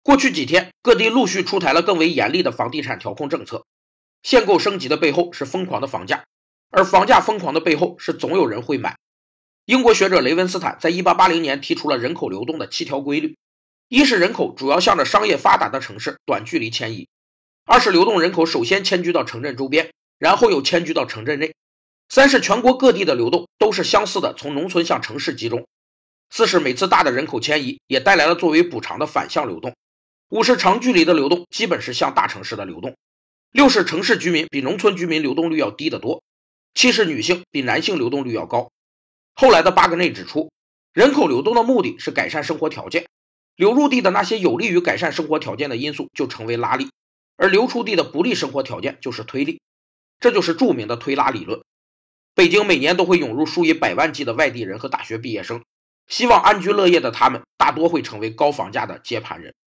过去几天，各地陆续出台了更为严厉的房地产调控政策。限购升级的背后是疯狂的房价，而房价疯狂的背后是总有人会买。英国学者雷文斯坦在1880年提出了人口流动的7条规律：一是人口主要向着商业发达的城市短距离迁移；二是流动人口首先迁居到城镇周边，然后又迁居到城镇内；三是全国各地的流动都是相似的从农村向城市集中；四是每次大的人口迁移也带来了作为补偿的反向流动；五是长距离的流动基本是向大城市的流动；六是城市居民比农村居民流动率要低得多；七是女性比男性流动率要高。后来的巴格内指出，人口流动的目的是改善生活条件，流入地的那些有利于改善生活条件的因素就成为拉力，而流出地的不利生活条件就是推力，这就是著名的推拉理论。北京每年都会涌入数以百万计的外地人和大学毕业生，希望安居乐业的他们大多会成为高房价的接盘人。